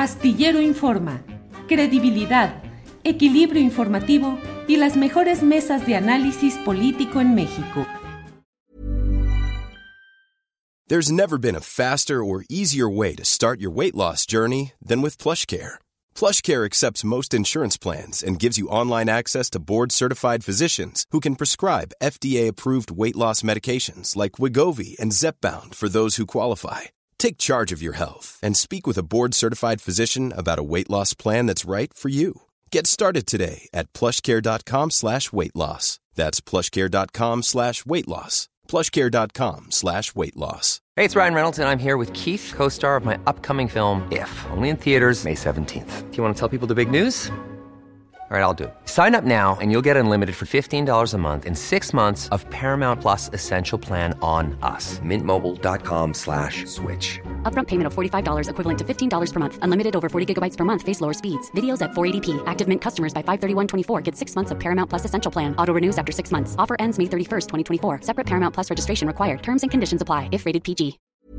Astillero Informa, credibilidad, equilibrio informativo y las mejores mesas de análisis político en México. There's never been a faster or easier way to start your weight loss journey than with PlushCare. PlushCare accepts most insurance plans and gives you online access to board-certified physicians who can prescribe FDA-approved weight loss medications like Wegovy and Zepbound for those who qualify. Take charge of your health and speak with a board-certified physician about a weight loss plan that's right for you. Get started today at plushcare.com/weight loss. That's plushcare.com/weight loss. plushcare.com/weight loss. Hey, it's Ryan Reynolds, and I'm here with Keith, co-star of my upcoming film, If, only in theaters May 17th. Do you want to tell people the big news? All right, I'll do it. Sign up now and you'll get unlimited for $15 a month and 6 months of Paramount Plus Essential Plan on us. MintMobile.com/switch. Upfront payment of $45 equivalent to $15 per month. Unlimited over 40 gigabytes per month. Face lower speeds. Videos at 480p. Active Mint customers by 531.24 get 6 months of Paramount Plus Essential Plan. Auto renews after 6 months. Offer ends May 31st, 2024. Separate Paramount Plus registration required. Terms and conditions apply if rated PG.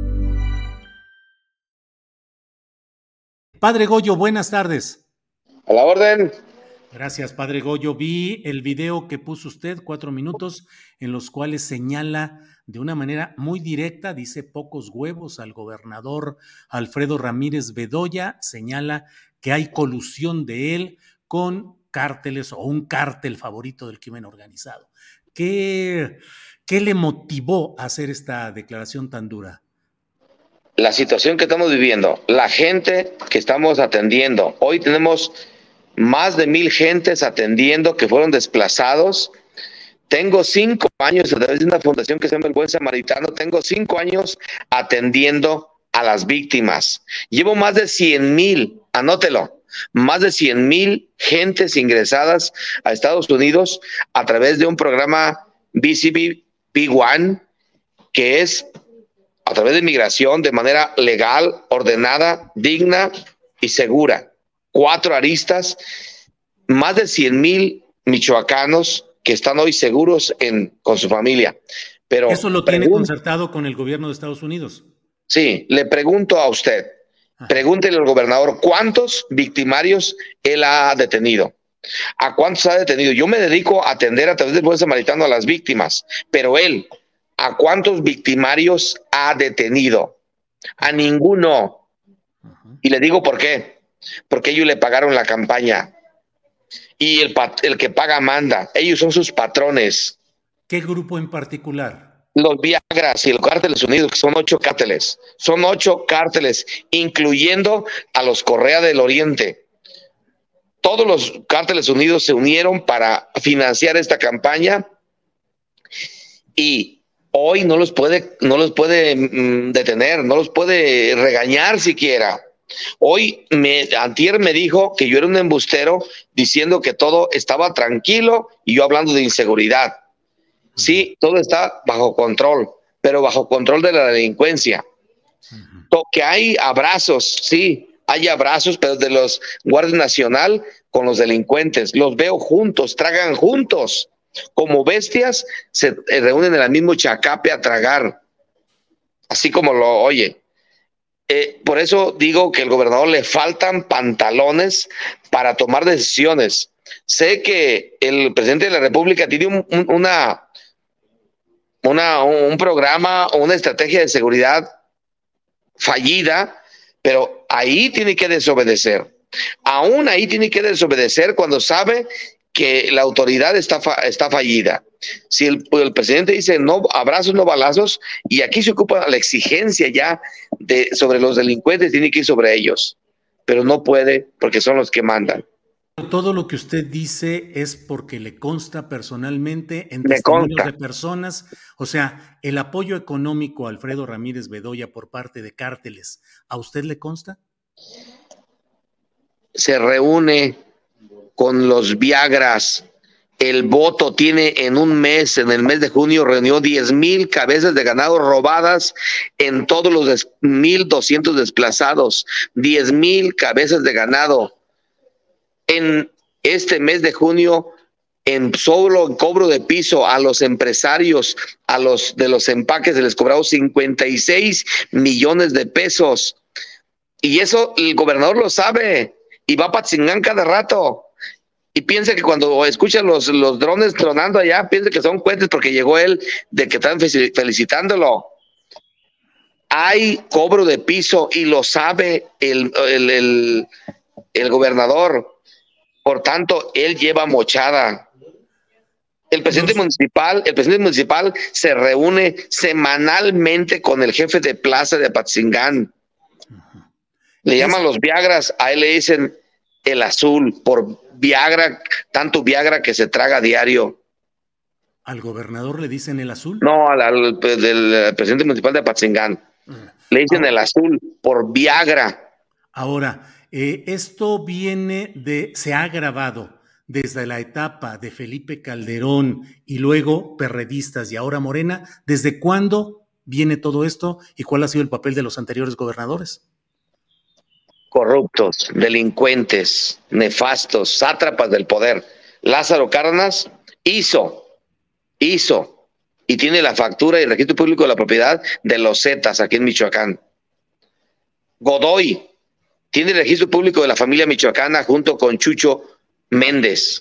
Padre Goyo, buenas tardes. A la orden. Gracias, Padre Goyo. Vi el video que puso usted, 4 minutos, en los cuales señala de una manera muy directa, dice pocos huevos al gobernador Alfredo Ramírez Bedoya, señala que hay colusión de él con cárteles o un cártel favorito del crimen organizado. ¿Qué le motivó a hacer esta declaración tan dura? La situación que estamos viviendo, la gente que estamos atendiendo. Hoy tenemos más de 1,000 gentes atendiendo que fueron desplazados. Tengo 5 años a través de una fundación que se llama El Buen Samaritano. Tengo 5 años atendiendo a las víctimas. Llevo más de 100,000, anótelo, más de 100,000 gentes ingresadas a Estados Unidos a través de un programa BCBP1, que es a través de migración de manera legal, ordenada, digna y segura. 4 aristas, más de 100,000 michoacanos que están hoy seguros con su familia. Pero ¿eso lo tiene concertado con el gobierno de Estados Unidos? Sí, le pregunto a usted, pregúntele al gobernador cuántos victimarios él ha detenido. ¿A cuántos ha detenido? Yo me dedico a atender a través del Buen Samaritano a las víctimas, pero él, ¿a cuántos victimarios ha detenido? A ninguno. Y le digo por qué. Porque ellos le pagaron la campaña y el que paga manda. Ellos son sus patrones. ¿Qué grupo en particular? Los Viagras y los Cárteles Unidos, que son 8 cárteles. Son 8 cárteles, incluyendo a los Correa del Oriente. Todos los Cárteles Unidos se unieron para financiar esta campaña y hoy no los puede detener, no los puede regañar siquiera. Antier me dijo que yo era un embustero diciendo que todo estaba tranquilo y yo hablando de inseguridad. Sí, todo está bajo control, pero bajo control de la delincuencia. Que hay abrazos, sí, hay abrazos, pero de los Guardia Nacional con los delincuentes. Los veo juntos, tragan juntos. Como bestias se reúnen en el mismo chacape a tragar, así como lo oye. Por eso digo que al gobernador le faltan pantalones para tomar decisiones. Sé que el presidente de la República tiene un programa o una estrategia de seguridad fallida, pero ahí tiene que desobedecer. Aún ahí tiene que desobedecer cuando sabe que la autoridad está fallida. Si el presidente dice no abrazos, no balazos, y aquí se ocupa la exigencia ya sobre los delincuentes, tiene que ir sobre ellos, pero no puede porque son los que mandan. Todo lo que usted dice es porque le consta personalmente en testimonios de personas, o sea, el apoyo económico a Alfredo Ramírez Bedoya por parte de cárteles, ¿a usted le consta? Se reúne con los Viagras. El voto tiene en el mes de junio, reunió 10,000 cabezas de ganado robadas en todos los 1,200 desplazados. 10,000 cabezas de ganado. En este mes de junio, en solo cobro de piso a los empresarios, a los de los empaques, se les cobraron 56 millones de pesos. Y eso el gobernador lo sabe y va a Apatzingán cada rato. Y piensa que cuando escucha los drones tronando allá, piensa que son cohetes porque llegó él, de que están felicitándolo. Hay cobro de piso y lo sabe el gobernador. Por tanto, él lleva mochada. El presidente municipal se reúne semanalmente con el jefe de plaza de Apatzingán. Le llaman los Viagras, a él le dicen el azul, por Viagra, tanto Viagra que se traga a diario. ¿Al gobernador le dicen el azul? No, del presidente municipal de Apatzingán. Le dicen el azul por Viagra. Ahora, esto se ha agravado desde la etapa de Felipe Calderón y luego perredistas y ahora Morena. ¿Desde cuándo viene todo esto y cuál ha sido el papel de los anteriores gobernadores? Corruptos, delincuentes, nefastos, sátrapas del poder. Lázaro Cárdenas hizo y tiene la factura y el registro público de la propiedad de los Zetas aquí en Michoacán. Godoy tiene el registro público de la familia michoacana junto con Chucho Méndez.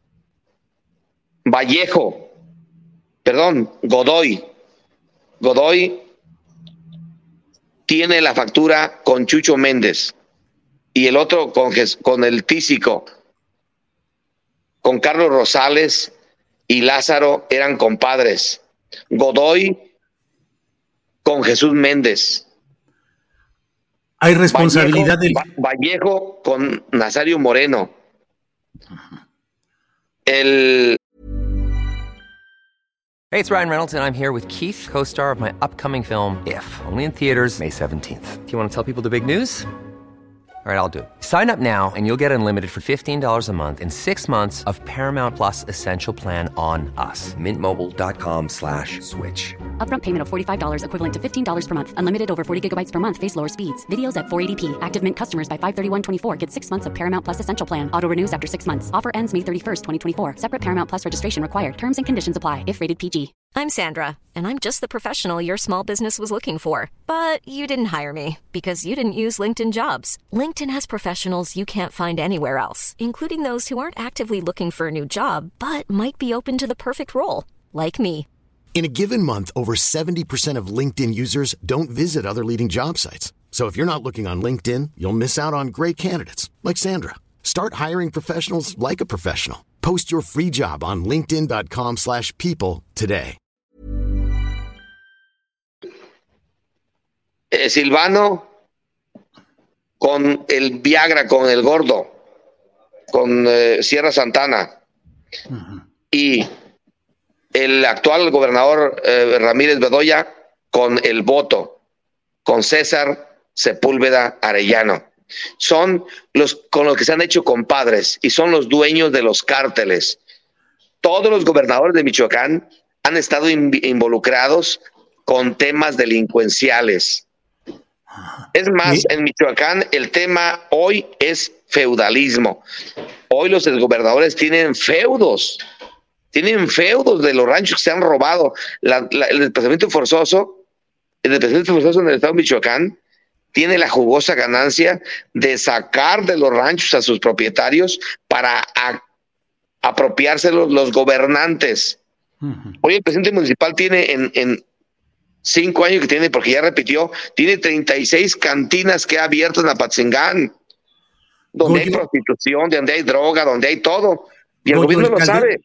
Godoy tiene la factura con Chucho Méndez y el otro con el Tísico, con Carlos Rosales y Lázaro eran compadres. Godoy con Jesús Méndez. Hay responsabilidad Vallejo con Nazario Moreno. Hey, it's Ryan Reynolds, and I'm here with Keith, co-star of my upcoming film, If, only in theaters May 17th. Do you want to tell people the big news? All right, I'll do it. Sign up now and you'll get unlimited for $15 a month and 6 months of Paramount Plus Essential Plan on us. MintMobile.com/switch. Upfront payment of $45 equivalent to $15 per month. Unlimited over 40 gigabytes per month. Face lower speeds. Videos at 480p. Active Mint customers by 531.24 get 6 months of Paramount Plus Essential Plan. Auto renews after 6 months. Offer ends May 31st, 2024. Separate Paramount Plus registration required. Terms and conditions apply if rated PG. I'm Sandra, and I'm just the professional your small business was looking for. But you didn't hire me because you didn't use LinkedIn Jobs. LinkedIn has professionals you can't find anywhere else, including those who aren't actively looking for a new job, but might be open to the perfect role, like me. In a given month, over 70% of LinkedIn users don't visit other leading job sites. So if you're not looking on LinkedIn, you'll miss out on great candidates like Sandra. Start hiring professionals like a professional. Post your free job on linkedin.com/people today. Silvano con el Viagra, con el gordo, con Sierra Santana. Y el actual gobernador Ramírez Bedoya con el voto, con César Sepúlveda Arellano. Son los con los que se han hecho compadres y son los dueños de los cárteles. Todos los gobernadores de Michoacán han estado involucrados con temas delincuenciales. Es más, en Michoacán el tema hoy es feudalismo. Hoy los gobernadores tienen feudos de los ranchos que se han robado. El desplazamiento forzoso en el estado de Michoacán tiene la jugosa ganancia de sacar de los ranchos a sus propietarios para apropiárselos los gobernantes. Hoy el presidente municipal tiene en 5 años que tiene, porque ya repitió, tiene 36 cantinas que ha abierto en Apatzingán, donde hay prostitución, donde hay droga, donde hay todo. Y el gobierno lo sabe.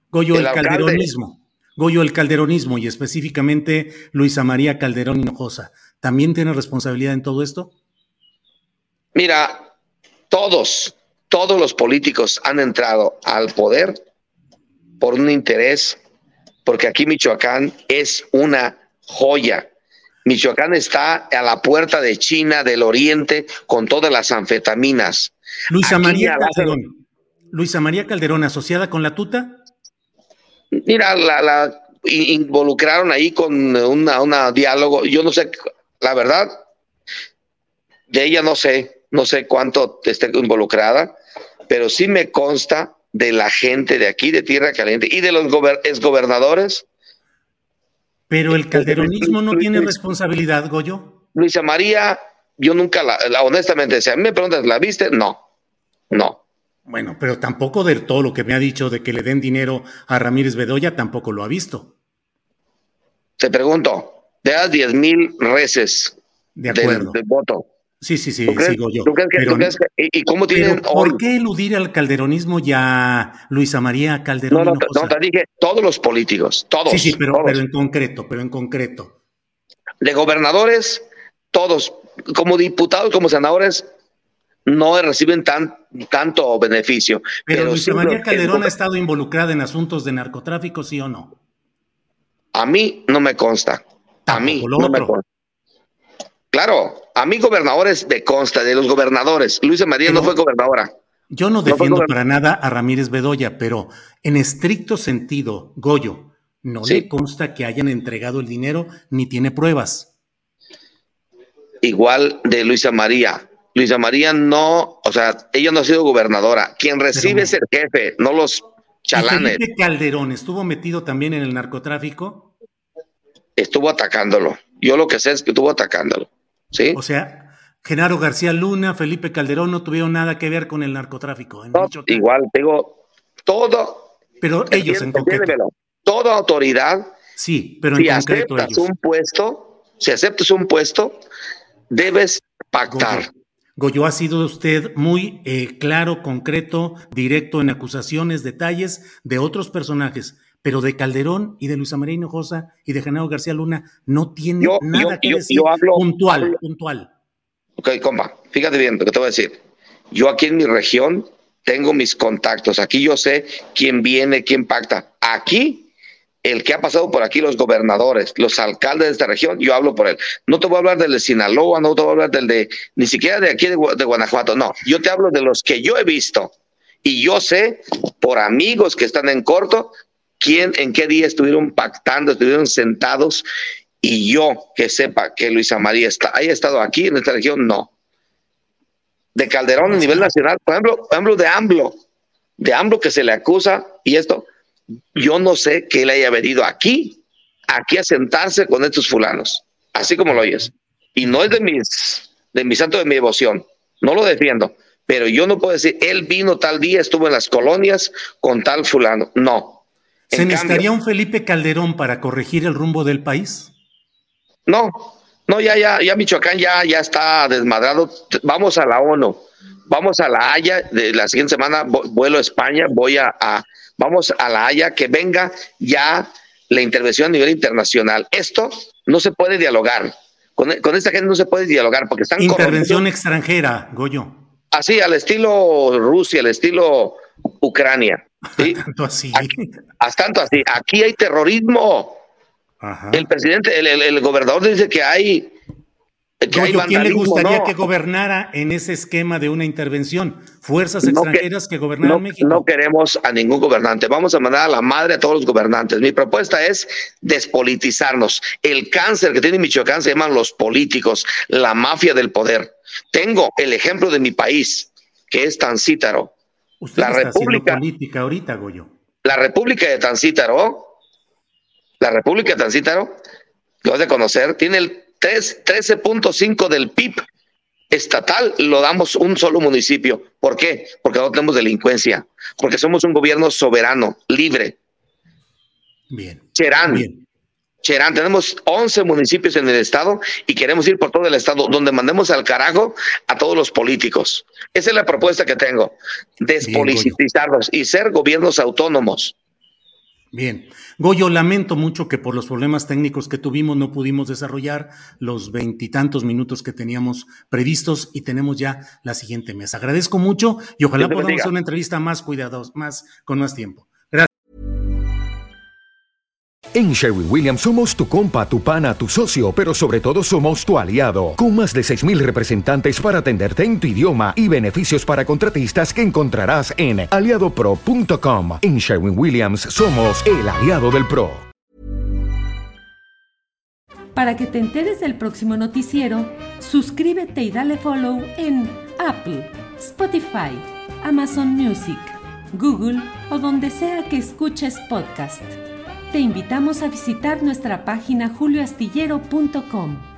Goyo, el calderonismo y específicamente Luisa María Calderón Hinojosa, ¿también tiene responsabilidad en todo esto? Mira, todos los políticos han entrado al poder por un interés, porque aquí Michoacán es una joya. Michoacán está a la puerta de China, del Oriente, con todas las anfetaminas. Luisa María Calderón, ¿asociada con la tuta? Mira, la involucraron ahí con una diálogo. Yo no sé, la verdad, de ella no sé cuánto esté involucrada, pero sí me consta de la gente de aquí, de Tierra Caliente, y de los exgobernadores. Pero el calderonismo no tiene responsabilidad, Goyo. Luisa María yo nunca honestamente, si a mí me preguntas, ¿la viste? No. Bueno, pero tampoco de todo lo que me ha dicho de que le den dinero a Ramírez Bedoya, tampoco lo ha visto. Te pregunto, te das 10,000 reces De acuerdo. del voto. Sí, sigo yo. ¿Tú crees que, ¿y cómo tienen pero ¿por qué eludir al calderonismo y a Luisa María Calderón? No, te dije todos los políticos, todos. Sí, pero todos. pero en concreto. De gobernadores, todos, como diputados, como senadores, no reciben tanto beneficio. Pero Luisa María Calderón ha estado involucrada en asuntos de narcotráfico, ¿sí o no? A mí no me consta. A mí no me consta. Claro, a mí gobernadores me consta, de los gobernadores. Luisa María no fue gobernadora. Yo no defiendo para nada a Ramírez Bedoya, pero en estricto sentido, Goyo, no le consta que hayan entregado el dinero ni tiene pruebas. Igual de Luisa María. Luisa María no, o sea, ella no ha sido gobernadora. Quien recibe es el jefe, no los chalanes. ¿Felipe Calderón estuvo metido también en el narcotráfico? Estuvo atacándolo. Yo lo que sé es que estuvo atacándolo. ¿Sí? O sea, Genaro García Luna, Felipe Calderón no tuvieron nada que ver con el narcotráfico. No, igual, digo, todo. Pero ellos en concreto. Toda autoridad. Sí, pero en concreto ellos. Si aceptas un puesto, debes pactar. Goyo, ha sido usted muy claro, concreto, directo en acusaciones, detalles de otros personajes, pero de Calderón y de Luisa María Hinojosa y de Genaro García Luna no tiene nada que decir. Puntual. Ok, compa, fíjate bien lo que te voy a decir. Yo aquí en mi región tengo mis contactos. Aquí yo sé quién viene, quién pacta. Aquí, el que ha pasado por aquí, los gobernadores, los alcaldes de esta región, yo hablo por él. No te voy a hablar del de Sinaloa, no te voy a hablar ni siquiera de aquí de Guanajuato. No, yo te hablo de los que yo he visto. Y yo sé, por amigos que están en corto, en qué día estuvieron pactando, estuvieron sentados, y yo que sepa que Luisa María haya estado aquí en esta región, no. De Calderón a nivel nacional, por ejemplo de AMLO que se le acusa, y esto, yo no sé que él haya venido aquí a sentarse con estos fulanos, así como lo oyes. Y no es de mi santo de mi devoción, no lo defiendo, pero yo no puedo decir, él vino tal día, estuvo en las colonias con tal fulano, no. ¿Se necesitaría un Felipe Calderón para corregir el rumbo del país? No, ya Michoacán ya está desmadrado. Vamos a la ONU, vamos a La Haya, de la siguiente semana vuelo a España, vamos a La Haya, que venga ya la intervención a nivel internacional. Esto no se puede dialogar, con esta gente no se puede dialogar porque están intervención extranjera, Goyo. Así, al estilo Rusia, al estilo Ucrania. ¿Sí? Tanto así. Aquí hay terrorismo. Ajá. El presidente, el gobernador dice que hay vandalismo. ¿Quién le gustaría que gobernara en ese esquema de una intervención? Fuerzas extranjeras que gobernaran México. No queremos a ningún gobernante. Vamos a mandar a la madre a todos los gobernantes. Mi propuesta es despolitizarnos. El cáncer que tiene Michoacán se llaman los políticos, la mafia del poder. Tengo el ejemplo de mi país, que es Tancítaro. Usted está haciendo política ahorita, Goyo. La República de Tancítaro, lo vas a conocer, tiene el 13.5 del PIB estatal, lo damos un solo municipio. ¿Por qué? Porque no tenemos delincuencia, porque somos un gobierno soberano, libre. Bien. Cherán, tenemos 11 municipios en el estado y queremos ir por todo el estado, donde mandemos al carajo a todos los políticos. Esa es la propuesta que tengo, despolitizarnos y ser gobiernos autónomos. Bien. Goyo, lamento mucho que por los problemas técnicos que tuvimos no pudimos desarrollar los 20 y tantos minutos que teníamos previstos y tenemos ya la siguiente mesa. Agradezco mucho y ojalá podamos hacer una entrevista más cuidadosa, con más tiempo. Gracias. En Sherwin-Williams somos tu compa, tu pana, tu socio, pero sobre todo somos tu aliado, con más de 6,000 representantes para atenderte en tu idioma y beneficios para contratistas que encontrarás en aliadopro.com. En Sherwin-Williams somos el aliado del PRO. Para que te enteres del próximo noticiero, suscríbete y dale follow en Apple, Spotify, Amazon Music, Google o donde sea que escuches podcast. Te invitamos a visitar nuestra página julioastillero.com.